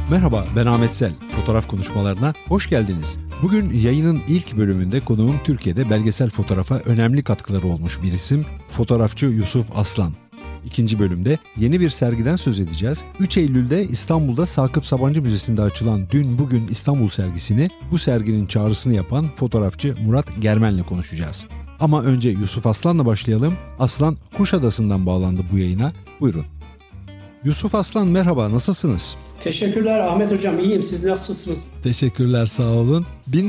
Merhaba, ben Ahmet Sel. Fotoğraf konuşmalarına hoş geldiniz. Bugün yayının ilk bölümünde konuğum Türkiye'de belgesel fotoğrafa önemli katkıları olmuş bir isim, fotoğrafçı Yusuf Aslan. İkinci bölümde yeni bir sergiden söz edeceğiz. 3 Eylül'de İstanbul'da Sakıp Sabancı Müzesi'nde açılan Dün Bugün İstanbul sergisini, bu serginin çağrısını yapan fotoğrafçı Murat Germen'le konuşacağız. Ama önce Yusuf Aslan'la başlayalım. Aslan Kuşadası'ndan bağlandı bu yayına. Buyurun. Yusuf Aslan merhaba, nasılsınız? Teşekkürler Ahmet Hocam, iyiyim. Siz nasılsınız? Teşekkürler, sağ olun.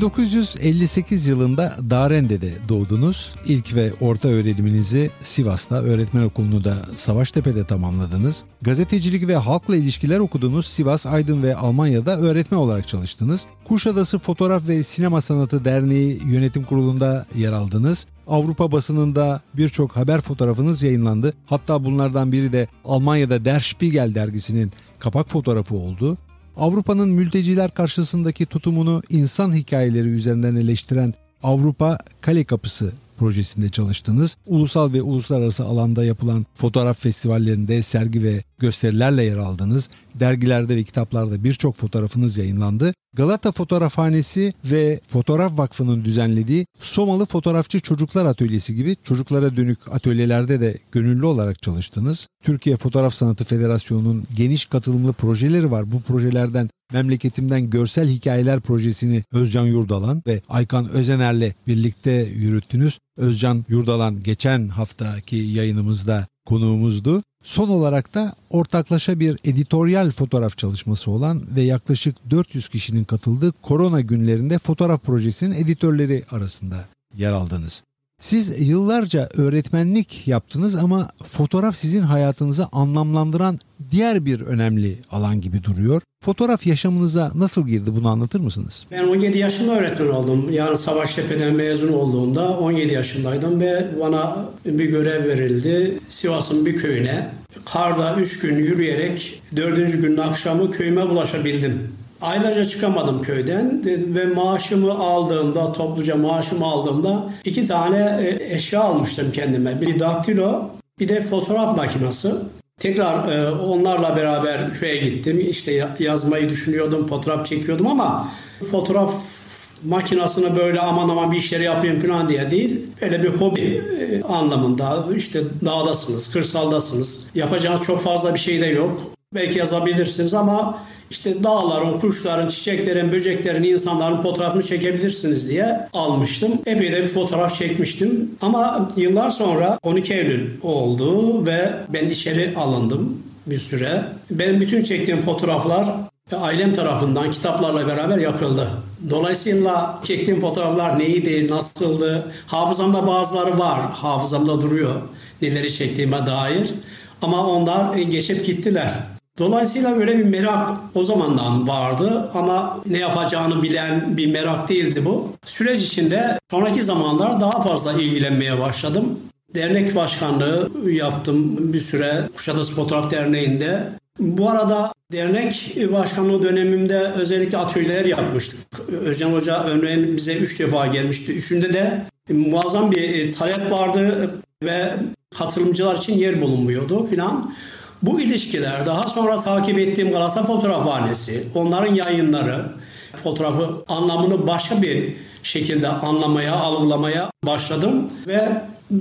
1958 yılında Darende'de doğdunuz. İlk ve orta öğreniminizi Sivas'ta, öğretmen okulunu da Savaştepe'de tamamladınız. Gazetecilik ve halkla ilişkiler okudunuz. Sivas, Aydın ve Almanya'da öğretmen olarak çalıştınız. Kuşadası Fotoğraf ve Sinema Sanatı Derneği Yönetim Kurulu'nda yer aldınız. Avrupa basınında birçok haber fotoğrafınız yayınlandı. Hatta bunlardan biri de Almanya'da Der Spiegel dergisinin kapak fotoğrafı oldu. Avrupa'nın mülteciler karşısındaki tutumunu insan hikayeleri üzerinden eleştiren Avrupa Kale Kapısı projesinde çalıştınız. Ulusal ve uluslararası alanda yapılan fotoğraf festivallerinde sergi ve gösterilerle yer aldınız. Dergilerde ve kitaplarda birçok fotoğrafınız yayınlandı. Galata Fotoğrafhanesi ve Fotoğraf Vakfı'nın düzenlediği Somalı Fotoğrafçı Çocuklar Atölyesi gibi çocuklara dönük atölyelerde de gönüllü olarak çalıştınız. Türkiye Fotoğraf Sanatı Federasyonu'nun geniş katılımlı projeleri var. Bu projelerden Memleketimden Görsel Hikayeler projesini Özcan Yurdalan ve Aykan Özener'le birlikte yürüttünüz. Özcan Yurdalan geçen haftaki yayınımızda konuğumuzdu. Son olarak da ortaklaşa bir editoryal fotoğraf çalışması olan ve yaklaşık 400 kişinin katıldığı Korona Günlerinde fotoğraf projesinin editörleri arasında yer aldınız. Siz yıllarca öğretmenlik yaptınız ama fotoğraf sizin hayatınızı anlamlandıran diğer bir önemli alan gibi duruyor. Fotoğraf yaşamınıza nasıl girdi, bunu anlatır mısınız? Ben 17 yaşında öğretmen oldum. Yani Savaştepe'den mezun olduğumda 17 yaşındaydım ve bana bir görev verildi. Sivas'ın bir köyüne. Karda 3 gün yürüyerek 4. günün akşamı köyüme ulaşabildim. Aylarca çıkamadım köyden ve topluca maaşımı aldığımda 2 tane eşya almıştım kendime. Bir daktilo, bir de fotoğraf makinesi. Tekrar onlarla beraber köye gittim. İşte yazmayı düşünüyordum, fotoğraf çekiyordum ama fotoğraf makinasını böyle aman bir işleri yapayım falan diye değil. Öyle bir hobi anlamında. İşte dağdasınız, kırsaldasınız. Yapacağınız çok fazla bir şey de yok. Belki yazabilirsiniz ama işte dağların, kuşların, çiçeklerin, böceklerin, insanların fotoğrafını çekebilirsiniz diye almıştım. Epey de bir fotoğraf çekmiştim. Ama yıllar sonra 12 Eylül oldu ve ben içeri alındım bir süre. Benim bütün çektiğim fotoğraflar ailem tarafından kitaplarla beraber yakıldı. Dolayısıyla çektiğim fotoğraflar neydi, nasıldı? Hafızamda bazıları var, hafızamda duruyor neleri çektiğime dair. Ama onlar geçip gittiler. Dolayısıyla böyle bir merak o zamandan vardı ama ne yapacağını bilen bir merak değildi bu. Süreç içinde sonraki zamanlar daha fazla ilgilenmeye başladım. Dernek başkanlığı yaptım bir süre Kuşadası Fotoğraf Derneği'nde. Bu arada dernek başkanlığı dönemimde özellikle atölyeler yapmıştık. Özcan Hoca örneğin bize 3 defa gelmişti. Üçünde de muazzam bir talep vardı ve katılımcılar için yer bulunmuyordu filan. Bu ilişkiler daha sonra takip ettiğim Galata Fotoğrafhanesi, onların yayınları, fotoğrafı anlamını başka bir şekilde anlamaya, algılamaya başladım ve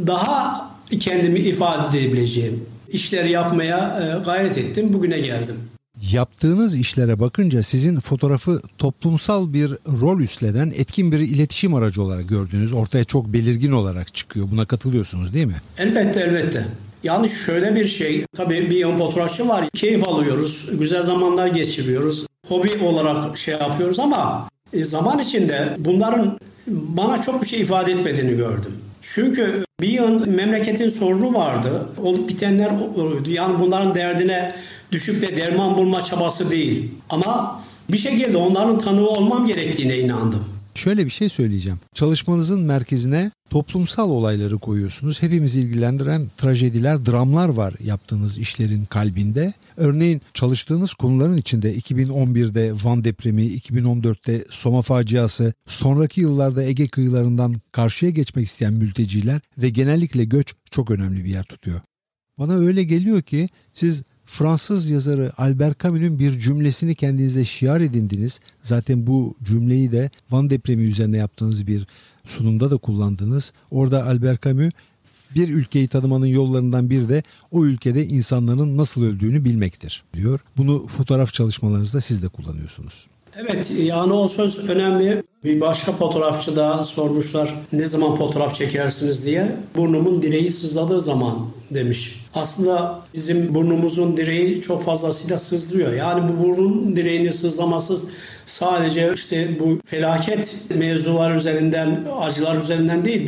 daha kendimi ifade edebileceğim işleri yapmaya gayret ettim. Bugüne geldim. Yaptığınız işlere bakınca sizin fotoğrafı toplumsal bir rol üstlenen etkin bir iletişim aracı olarak gördüğünüz ortaya çok belirgin olarak çıkıyor. Buna katılıyorsunuz değil mi? Elbette. Yani şöyle bir şey, tabii bir yan fotoğrafçı var, keyif alıyoruz, güzel zamanlar geçiriyoruz, hobi olarak yapıyoruz ama zaman içinde bunların bana çok bir şey ifade etmediğini gördüm. Çünkü bir yan memleketin sorunu vardı, olup bitenler oluyordu. Yani bunların derdine düşüp de derman bulma çabası değil. Ama bir şekilde onların tanığı olmam gerektiğine inandım. Şöyle bir şey söyleyeceğim. Çalışmanızın merkezine toplumsal olayları koyuyorsunuz. Hepimizi ilgilendiren trajediler, dramlar var yaptığınız işlerin kalbinde. Örneğin çalıştığınız konuların içinde 2011'de Van depremi, 2014'te Soma faciası, sonraki yıllarda Ege kıyılarından karşıya geçmek isteyen mülteciler ve genellikle göç çok önemli bir yer tutuyor. Bana öyle geliyor ki siz Fransız yazarı Albert Camus'un bir cümlesini kendinize şiar edindiniz. Zaten bu cümleyi de Van depremi üzerine yaptığınız bir sunumda da kullandınız. Orada Albert Camus, bir ülkeyi tanımanın yollarından biri de o ülkede insanların nasıl öldüğünü bilmektir diyor. Bunu fotoğraf çalışmalarınızda siz de kullanıyorsunuz. Evet, yani o söz önemli. Bir başka fotoğrafçı da sormuşlar ne zaman fotoğraf çekersiniz diye. Burnumun direği sızladığı zaman demiş. Aslında bizim burnumuzun direği çok fazlasıyla sızlıyor. Yani bu burnun direğinin sızlaması sadece işte bu felaket mevzular üzerinden, acılar üzerinden değil.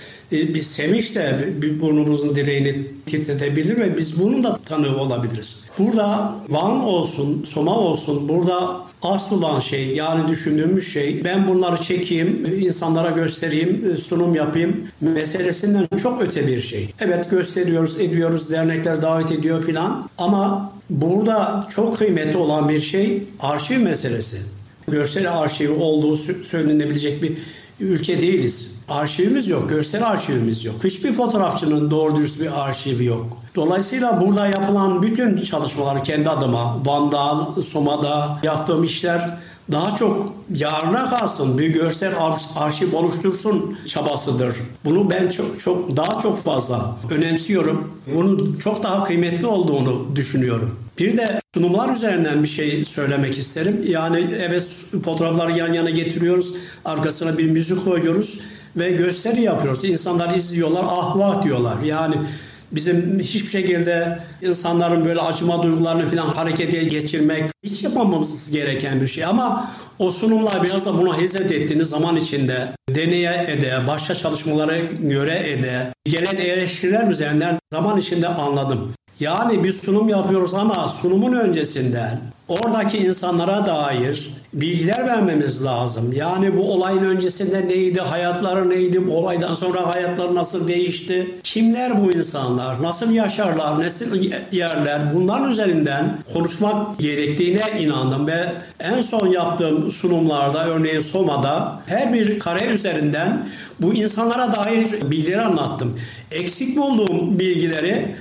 Biz sevinç de bir burnumuzun direğini titretebilir ve biz bunun da tanığı olabiliriz. Burada Van olsun, Soma olsun, burada asıl olan şey, yani düşündüğümüz şey, ben bunları çekeyim, insanlara göstereyim, sunum yapayım meselesinden çok öte bir şey. Evet, gösteriyoruz, ediyoruz, dernekler davet ediyor filan, ama burada çok kıymetli olan bir şey arşiv meselesi. Görsel arşivi olduğu söylenebilecek bir ülke değiliz. Arşivimiz yok, görsel arşivimiz yok. Hiçbir fotoğrafçının doğru dürüst bir arşivi yok. Dolayısıyla burada yapılan bütün çalışmalar kendi adıma, Van'da, Soma'da yaptığım işler daha çok yarına kalsın, bir görsel arşiv oluştursun çabasıdır. Bunu ben daha çok fazla önemsiyorum. Bunun çok daha kıymetli olduğunu düşünüyorum. Bir de sunumlar üzerinden bir şey söylemek isterim. Yani evet, fotoğrafları yan yana getiriyoruz, arkasına bir müzik koyuyoruz ve gösteri yapıyoruz. İnsanlar izliyorlar, ah vah diyorlar. Yani bizim hiçbir şekilde insanların böyle acıma duygularını falan harekete geçirmek hiç yapmamamız gereken bir şey. Ama o sunumlar biraz da buna hizmet ettiğiniz zaman içinde deneye ede, başka çalışmalara göre ede, gelen eleştiriler üzerinden zaman içinde anladım. Yani bir sunum yapıyoruz ama sunumun öncesinden oradaki insanlara dair bilgiler vermemiz lazım. Yani bu olayın öncesinde neydi, hayatları neydi, bu olaydan sonra hayatları nasıl değişti, kimler bu insanlar, nasıl yaşarlar, nasıl yerler, bunların üzerinden konuşmak gerektiğine inandım ve en son yaptığım sunumlarda, örneğin Soma'da her bir kare üzerinden bu insanlara dair bilgileri anlattım. Eksik bulduğum bilgileri,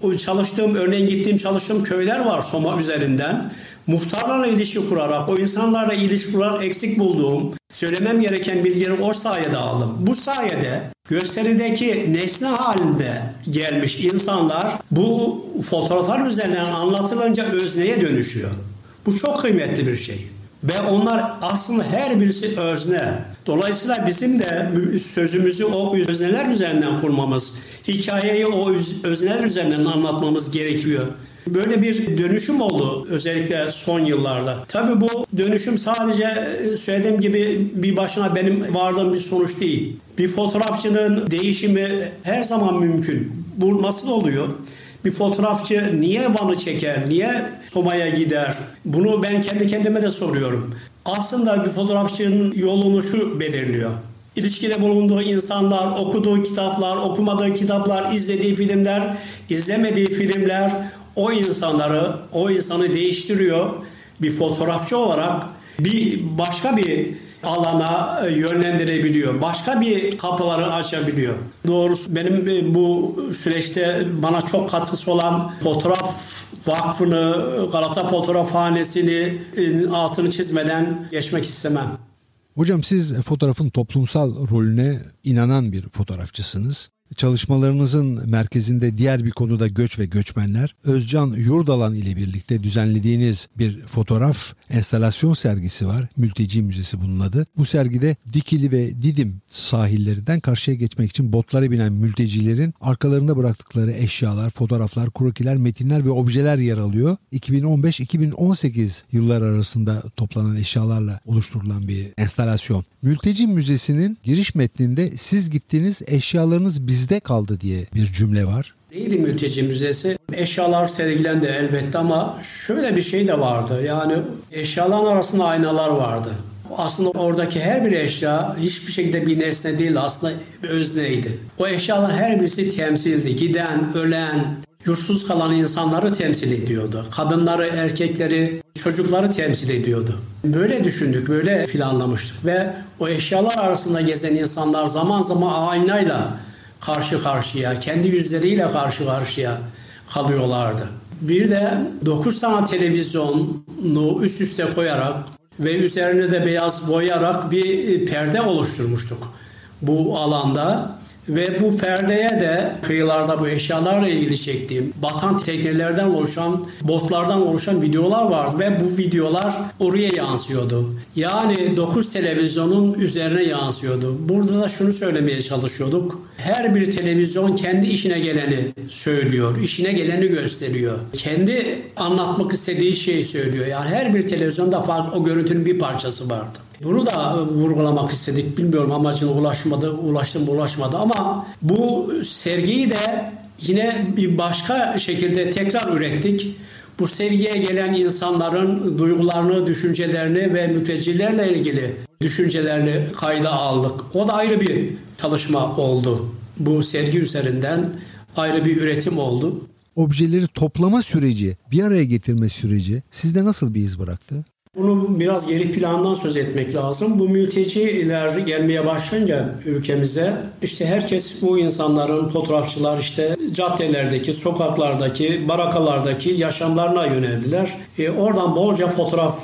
örneğin çalıştığım köyler var Soma üzerinden. Muhtarlarla ilişki kurarak, o insanlarla ilişki kurarak eksik bulduğum, söylemem gereken bilgileri o sayede aldım. Bu sayede gösterideki nesne halinde gelmiş insanlar bu fotoğraflar üzerinden anlatılınca özneye dönüşüyor. Bu çok kıymetli bir şey. Ve onlar aslında her birisi özne. Dolayısıyla bizim de sözümüzü o özneler üzerinden kurmamız, hikayeyi o özneler üzerinden anlatmamız gerekiyor. Böyle bir dönüşüm oldu özellikle son yıllarda. Tabii bu dönüşüm sadece söylediğim gibi bir başına benim vardığım bir sonuç değil. Bir fotoğrafçının değişimi her zaman mümkün. Bu nasıl oluyor? Bir fotoğrafçı niye Van'ı çeker, niye Soma'ya gider? Bunu ben kendi kendime de soruyorum. Aslında bir fotoğrafçının yolunu şu belirliyor. İlişkide bulunduğu insanlar, okuduğu kitaplar, okumadığı kitaplar, izlediği filmler, izlemediği filmler o insanı değiştiriyor. Bir fotoğrafçı olarak başka bir alana yönlendirebiliyor. Başka bir kapıları açabiliyor. Doğrusu benim bu süreçte bana çok katkısı olan Fotoğraf Vakfı'nı, Galata Fotoğrafhanesi'ni altını çizmeden geçmek istemem. Hocam, siz fotoğrafın toplumsal rolüne inanan bir fotoğrafçısınız. Çalışmalarınızın merkezinde diğer bir konuda göç ve göçmenler. Özcan Yurdalan ile birlikte düzenlediğiniz bir fotoğraf enstalasyon sergisi var. Mülteci Müzesi bunun adı. Bu sergide Dikili ve Didim sahillerinden karşıya geçmek için botlara binen mültecilerin arkalarında bıraktıkları eşyalar, fotoğraflar, krokiler, metinler ve objeler yer alıyor. 2015-2018 yıllar arasında toplanan eşyalarla oluşturulan bir enstalasyon. Mülteci Müzesi'nin giriş metninde siz gittiniz, eşyalarınız bizde kaldı diye bir cümle var. Neydi Mülteci Müzesi? Eşyalar sergilendi elbette ama şöyle bir şey de vardı. Yani eşyaların arasında aynalar vardı. Aslında oradaki her bir eşya hiçbir şekilde bir nesne değil, aslında özneydi. O eşyaların her birisi temsildi. Giden, ölen, yurtsuz kalan insanları temsil ediyordu. Kadınları, erkekleri, çocukları temsil ediyordu. Böyle düşündük, böyle planlamıştık ve o eşyalar arasında gezen insanlar zaman zaman aynayla karşı karşıya, kendi yüzleriyle karşı karşıya kalıyorlardı. Bir de 9 tane televizyonu üst üste koyarak ve üzerine de beyaz boyayarak bir perde oluşturmuştuk bu alanda. Ve bu perdeye de kıyılarda bu eşyalarla ilgili çektiğim batan teknelerden oluşan, botlardan oluşan videolar vardı ve bu videolar oraya yansıyordu. Yani 9 televizyonun üzerine yansıyordu. Burada da şunu söylemeye çalışıyorduk. Her bir televizyon kendi işine geleni söylüyor, işine geleni gösteriyor. Kendi anlatmak istediği şeyi söylüyor. Yani her bir televizyonda farklı o görüntünün bir parçası vardı. Bunu da vurgulamak istedik. Bilmiyorum amacına ulaşmadı ama bu sergiyi de yine bir başka şekilde tekrar ürettik. Bu sergiye gelen insanların duygularını, düşüncelerini ve mültecilerle ilgili düşüncelerini kayda aldık. O da ayrı bir çalışma oldu. Bu sergi üzerinden ayrı bir üretim oldu. Objeleri toplama süreci, bir araya getirme süreci sizde nasıl bir iz bıraktı? Bunu biraz geri plandan söz etmek lazım. Bu mülteciler gelmeye başlayınca ülkemize işte herkes bu insanların fotoğrafçılar işte caddelerdeki, sokaklardaki, barakalardaki yaşamlarına yöneldiler. Oradan bolca fotoğraf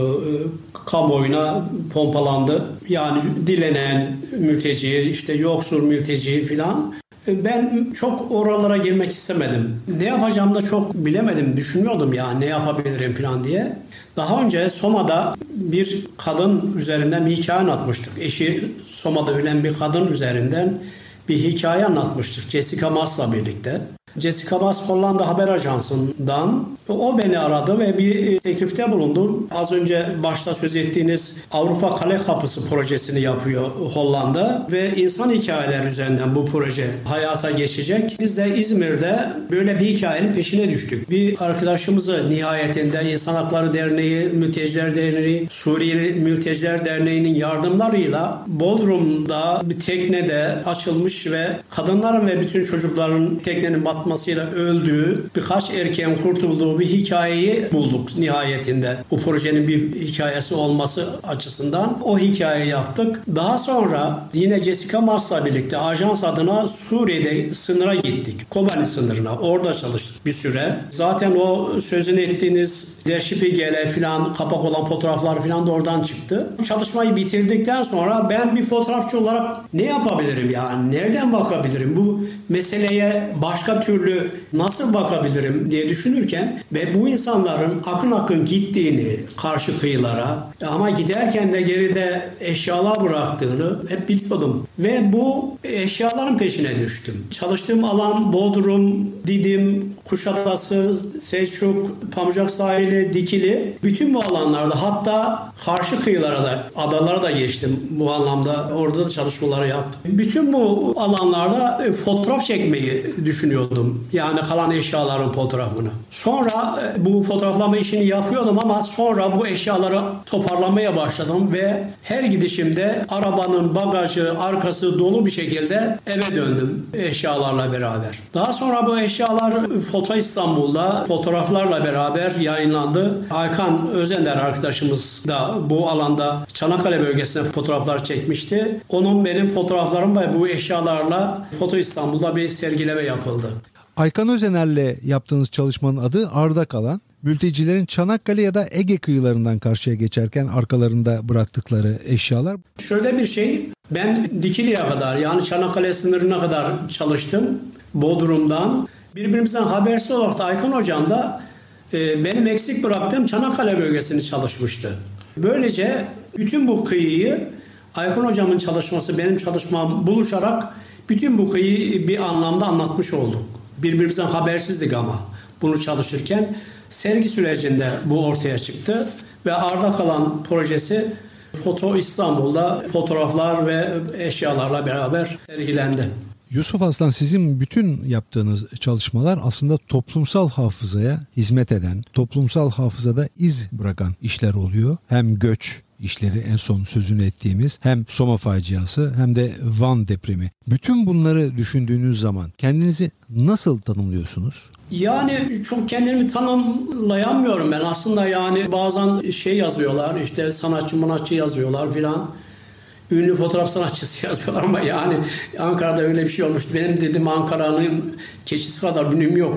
kamuoyuna pompalandı. Yani dilenen mülteci, işte yoksul mülteci filan. Ben çok oralara girmek istemedim. Ne yapacağımı da çok bilemedim. Düşünüyordum ya ne yapabilirim falan diye. Daha önce Soma'da bir kadın üzerinden bir hikaye anlatmıştık. Eşi Soma'da ölen bir kadın üzerinden bir hikaye anlatmıştık. Jessica Maas'la birlikte. Jessica Maas Hollanda Haber Ajansı'ndan o beni aradı ve bir teklifte bulundu. Az önce başta söz ettiğiniz Avrupa Kale Kapısı projesini yapıyor Hollanda ve insan hikayeler üzerinden bu proje hayata geçecek. Biz de İzmir'de böyle bir hikayenin peşine düştük. Bir arkadaşımızı nihayetinde İnsan Hakları Derneği, Mülteciler Derneği, Suriyeli Mülteciler Derneği'nin yardımlarıyla Bodrum'da bir teknede açılmış ve kadınların ve bütün çocukların teknenin batmasıyla öldüğü, birkaç erkeğin kurtulduğu bir hikayeyi bulduk nihayetinde. Bu projenin bir hikayesi olması açısından o hikayeyi yaptık. Daha sonra yine Jessica Maas'la birlikte ajans adına Suriye'de sınıra gittik. Kobani sınırına. Orada çalıştık bir süre. Zaten o sözünü ettiğiniz Derşipigele falan kapak olan fotoğraflar falan da oradan çıktı. Bu çalışmayı bitirdikten sonra ben bir fotoğrafçı olarak ne yapabilirim yani? Nereden bakabilirim? Bu meseleye başka türlü nasıl bakabilirim diye düşünürken ve bu insanların akın akın gittiğini karşı kıyılara ama giderken de geride eşyalar bıraktığını hep biliyordum. Ve bu eşyaların peşine düştüm. Çalıştığım alan Bodrum, Didim, Kuşadası, Selçuk, Pamucak Sahili, Dikili. Bütün bu alanlarda hatta karşı kıyılara da, adalara da geçtim bu anlamda. Orada da çalışmaları yaptım. Bütün bu alanlarda fotoğraf çekmeyi düşünüyordum. Yani kalan eşyaların fotoğrafını. Sonra bu fotoğraflama işini yapıyordum ama sonra bu eşyaları toparlamaya başladım ve her gidişimde arabanın bagajı, arkası dolu bir şekilde eve döndüm eşyalarla beraber. Daha sonra bu eşyalar Foto İstanbul'da fotoğraflarla beraber yayınlandı. Aykan Özender arkadaşımız da bu alanda Çanakkale bölgesine fotoğraflar çekmişti. Onun benim fotoğraflarım ve bu eşyalarla Foto İstanbul'da bir sergileme yapıldı. Aykan Özener'le yaptığınız çalışmanın adı Arda Kalan. Mültecilerin Çanakkale ya da Ege kıyılarından karşıya geçerken arkalarında bıraktıkları eşyalar. Şöyle bir şey, ben Dikili'ye kadar yani Çanakkale sınırına kadar çalıştım Bodrum'dan. Birbirimizden habersiz olarak da Aykan Hocam da benim eksik bıraktığım Çanakkale bölgesini çalışmıştı. Böylece bütün bu kıyıyı Aykan Hocam'ın çalışması, benim çalışmam buluşarak bütün bu kıyıyı bir anlamda anlatmış olduk. Birbirimizden habersizdik ama bunu çalışırken sergi sürecinde bu ortaya çıktı ve Arda Kalan projesi Foto İstanbul'da fotoğraflar ve eşyalarla beraber sergilendi. Yusuf Aslan, sizin bütün yaptığınız çalışmalar aslında toplumsal hafızaya hizmet eden, toplumsal hafızada iz bırakan işler oluyor. Hem göç işleri en son sözünü ettiğimiz, hem Soma faciası hem de Van depremi. Bütün bunları düşündüğünüz zaman kendinizi nasıl tanımlıyorsunuz? Yani çok kendimi tanımlayamıyorum ben aslında, yani bazen şey yazıyorlar, işte sanatçı yazıyorlar filan. Ünlü fotoğraf sanatçısı yazıyorlar ama yani Ankara'da öyle bir şey olmuş. Benim dedim Ankara'nın keçisi kadar ünüm yok.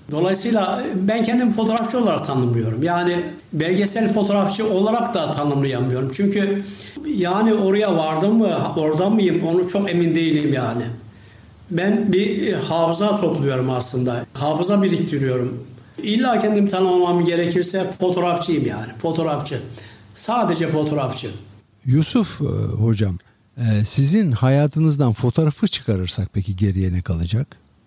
Dolayısıyla ben kendimi fotoğrafçı olarak tanımlıyorum. Yani belgesel fotoğrafçı olarak da tanımlayamıyorum. Çünkü yani oraya vardım mı, orada mıyım onu çok emin değilim yani. Ben bir hafıza topluyorum aslında. Hafıza biriktiriyorum. İlla kendimi tanımlamam gerekirse fotoğrafçıyım yani. Fotoğrafçı. Sadece fotoğrafçı. Yusuf hocam, sizin hayatınızdan fotoğrafı çıkarırsak peki geriye ne kalacak?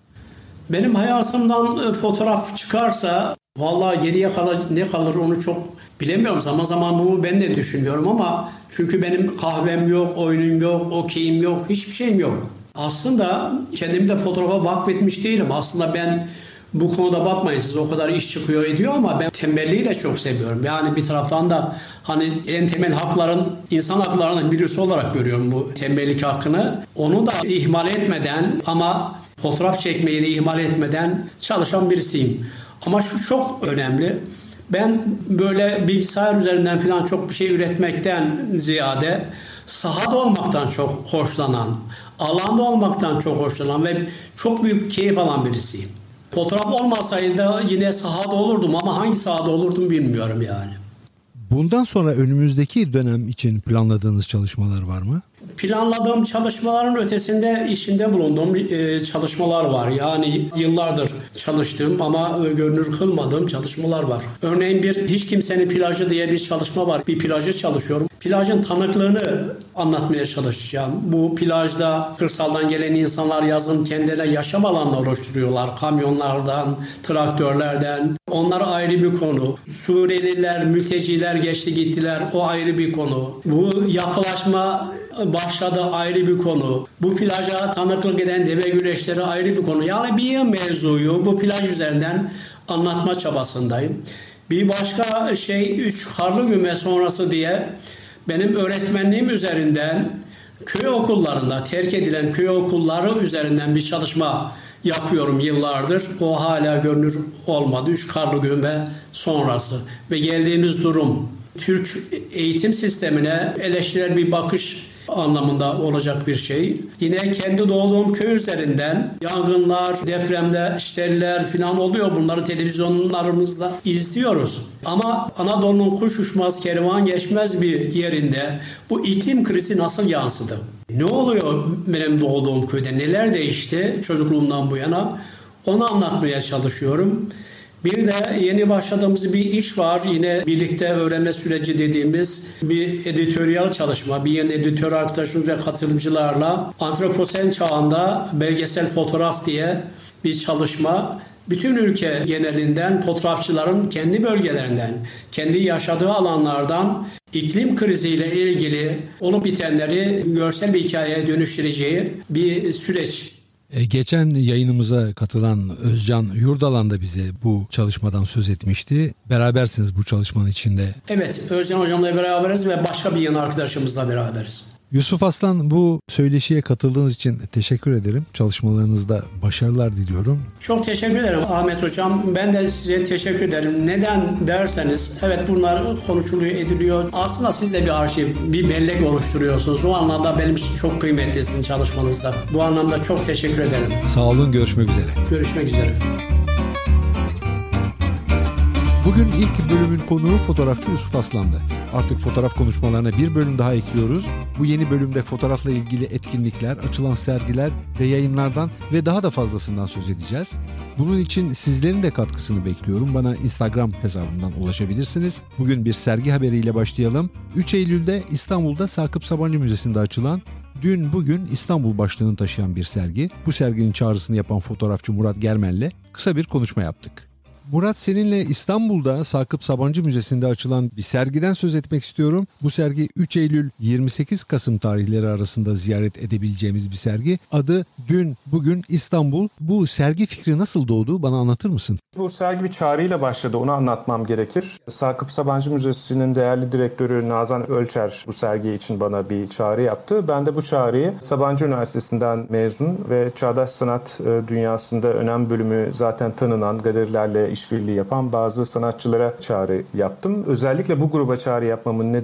Benim hayatımdan fotoğraf çıkarsa vallahi geriye ne kalır onu çok bilemiyorum. Zaman zaman bunu ben de düşünüyorum ama çünkü benim kahvem yok, oyunum yok, okeyim yok, hiçbir şeyim yok. Aslında kendimi de fotoğrafa vakfetmiş değilim. Aslında ben bu konuda bakmayın siz o kadar iş çıkıyor ediyor ama ben tembelliği de çok seviyorum. Yani bir taraftan da hani en temel hakların, insan haklarının birisi olarak görüyorum bu tembellik hakkını. Onu da ihmal etmeden ama fotoğraf çekmeyi de ihmal etmeden çalışan birisiyim. Ama şu çok önemli. Ben böyle bilgisayar üzerinden falan çok bir şey üretmekten ziyade sahada olmaktan çok hoşlanan, alanda olmaktan çok hoşlanan ve çok büyük keyif alan birisiyim. Fotoğraf olmasaydı yine sahada olurdum ama hangi sahada olurdum bilmiyorum yani. Bundan sonra önümüzdeki dönem için planladığınız çalışmalar var mı? Planladığım çalışmaların ötesinde içinde bulunduğum çalışmalar var. Yani yıllardır çalıştığım ama görünür kılmadığım çalışmalar var. Örneğin bir Hiç Kimsenin Plajı diye bir çalışma var. Bir plajı çalışıyorum. Plajın tanıklığını anlatmaya çalışacağım. Bu plajda kırsaldan gelen insanlar yazın kendilerine yaşam alanı oluşturuyorlar. Kamyonlardan, traktörlerden. Onlar ayrı bir konu. Suriyeliler, mülteciler geçti gittiler. O ayrı bir konu. Bu yapılaşma başladı ayrı bir konu. Bu plaja tanıklık eden deve güreşleri ayrı bir konu. Yani bir mevzuyu bu plaj üzerinden anlatma çabasındayım. Bir başka şey 3 karlı güme sonrası diye benim öğretmenliğim üzerinden köy okullarında terk edilen köy okulları üzerinden bir çalışma yapıyorum yıllardır. O hala görünür olmadı. 3 karlı güme sonrası ve geldiğimiz durum Türk eğitim sistemine eleştirel bir bakış anlamında olacak bir şey. Yine kendi doğduğum köy üzerinden yangınlar, depremler, işlerler falan oluyor. Bunları televizyonlarımızda izliyoruz. Ama Anadolu'nun kuş uçmaz, kervan geçmez bir yerinde bu iklim krizi nasıl yansıdı? Ne oluyor benim doğduğum köyde? Neler değişti çocukluğumdan bu yana? Onu anlatmaya çalışıyorum. Bir de yeni başladığımız bir iş var. Yine birlikte öğrenme süreci dediğimiz bir editoryal çalışma. Bir yeni editör arkadaşımız ve katılımcılarla Antroposen çağında belgesel fotoğraf diye bir çalışma. Bütün ülke genelinden fotoğrafçıların kendi bölgelerinden, kendi yaşadığı alanlardan iklim kriziyle ilgili olup bitenleri görsel bir hikayeye dönüştüreceği bir süreç. Geçen yayınımıza katılan Özcan Yurdalan da bize bu çalışmadan söz etmişti. Berabersiniz bu çalışmanın içinde. Evet, Özcan hocamla beraberiz ve başka bir yan arkadaşımızla beraberiz. Yusuf Aslan, bu söyleşiye katıldığınız için teşekkür ederim. Çalışmalarınızda başarılar diliyorum. Çok teşekkür ederim Ahmet Hocam. Ben de size teşekkür ederim. Neden derseniz, evet bunlar konuşuluyor, ediliyor. Aslında siz de bir arşiv, bir bellek oluşturuyorsunuz. O anlamda benim için çok kıymetli sizin çalışmanızda. Bu anlamda çok teşekkür ederim. Sağ olun, görüşmek üzere. Görüşmek üzere. Bugün ilk bölümün konuğu fotoğrafçı Yusuf Aslan'dı. Artık fotoğraf konuşmalarına bir bölüm daha ekliyoruz. Bu yeni bölümde fotoğrafla ilgili etkinlikler, açılan sergiler ve yayınlardan ve daha da fazlasından söz edeceğiz. Bunun için sizlerin de katkısını bekliyorum. Bana Instagram hesabımdan ulaşabilirsiniz. Bugün bir sergi haberiyle başlayalım. 3 Eylül'de İstanbul'da Sakıp Sabancı Müzesi'nde açılan Dün Bugün İstanbul başlığını taşıyan bir sergi. Bu serginin çağrısını yapan fotoğrafçı Murat Germel'le kısa bir konuşma yaptık. Murat, seninle İstanbul'da Sakıp Sabancı Müzesi'nde açılan bir sergiden söz etmek istiyorum. Bu sergi 3 Eylül 28 Kasım tarihleri arasında ziyaret edebileceğimiz bir sergi. Adı Dün Bugün İstanbul. Bu sergi fikri nasıl doğdu? Bana anlatır mısın? Bu sergi bir çağrıyla başladı. Onu anlatmam gerekir. Sakıp Sabancı Müzesi'nin değerli direktörü Nazan Ölçer bu sergi için bana bir çağrı yaptı. Ben de bu çağrıyı Sabancı Üniversitesi'nden mezun ve çağdaş sanat dünyasında önem bölümü zaten tanınan galerilerle işbirliği yapan bazı sanatçılara çağrı yaptım. Özellikle bu gruba çağrı yapmamın nedeni de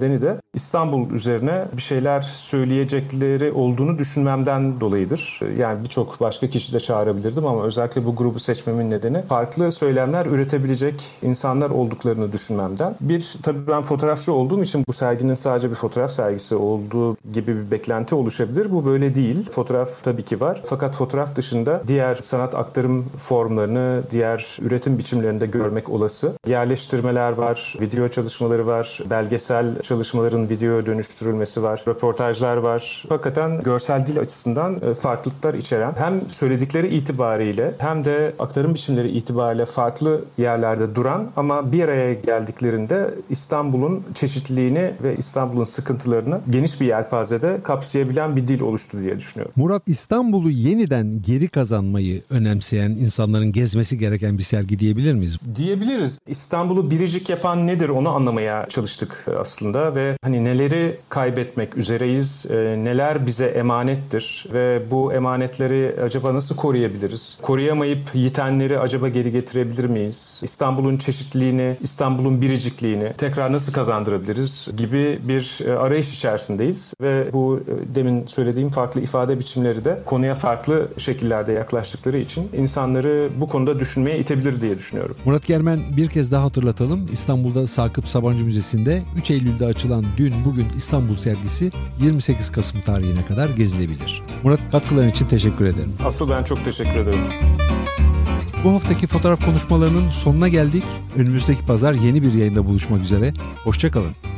İstanbul üzerine bir şeyler söyleyecekleri olduğunu düşünmemden dolayıdır. Yani birçok başka kişi de çağırabilirdim ama özellikle bu grubu seçmemin nedeni farklı söylemler üretebilecek insanlar olduklarını düşünmemden. Tabii ben fotoğrafçı olduğum için bu serginin sadece bir fotoğraf sergisi olduğu gibi bir beklenti oluşabilir. Bu böyle değil. Fotoğraf tabii ki var. Fakat fotoğraf dışında diğer sanat aktarım formlarını, diğer üretim biçimlerini de görmek olası. Yerleştirmeler var, video çalışmaları var, belgesel çalışmaların videoya dönüştürülmesi var, röportajlar var. Hakikaten görsel dil açısından farklılıklar içeren, hem söyledikleri itibariyle hem de aktarım biçimleri itibariyle farklı yerlerde duran ama bir araya geldiklerinde İstanbul'un çeşitliliğini ve İstanbul'un sıkıntılarını geniş bir yelpazede kapsayabilen bir dil oluştu diye düşünüyorum. Murat, İstanbul'u yeniden geri kazanmayı önemseyen insanların gezmesi gereken bir sergi diyebilir miyiz? Diyebiliriz. İstanbul'u biricik yapan nedir onu anlamaya çalıştık aslında ve neleri kaybetmek üzereyiz, neler bize emanettir ve bu emanetleri acaba nasıl koruyabiliriz? Koruyamayıp yitenleri acaba geri getirebilir miyiz? İstanbul'un çeşitliliğini, İstanbul'un biricikliğini tekrar nasıl kazandırabiliriz gibi bir arayış içerisindeyiz ve bu demin söylediğim farklı ifade biçimleri de konuya farklı şekillerde yaklaştıkları için insanları bu konuda düşünmeye itebilir diye düşünüyorum. Murat Germen, bir kez daha hatırlatalım. İstanbul'da Sakıp Sabancı Müzesi'nde 3 Eylül'de açılan Dün Bugün İstanbul sergisi 28 Kasım tarihine kadar gezilebilir. Murat, katkıların için teşekkür ederim. Asıl ben çok teşekkür ederim. Bu haftaki fotoğraf konuşmalarının sonuna geldik. Önümüzdeki pazar yeni bir yayında buluşmak üzere. Hoşça kalın.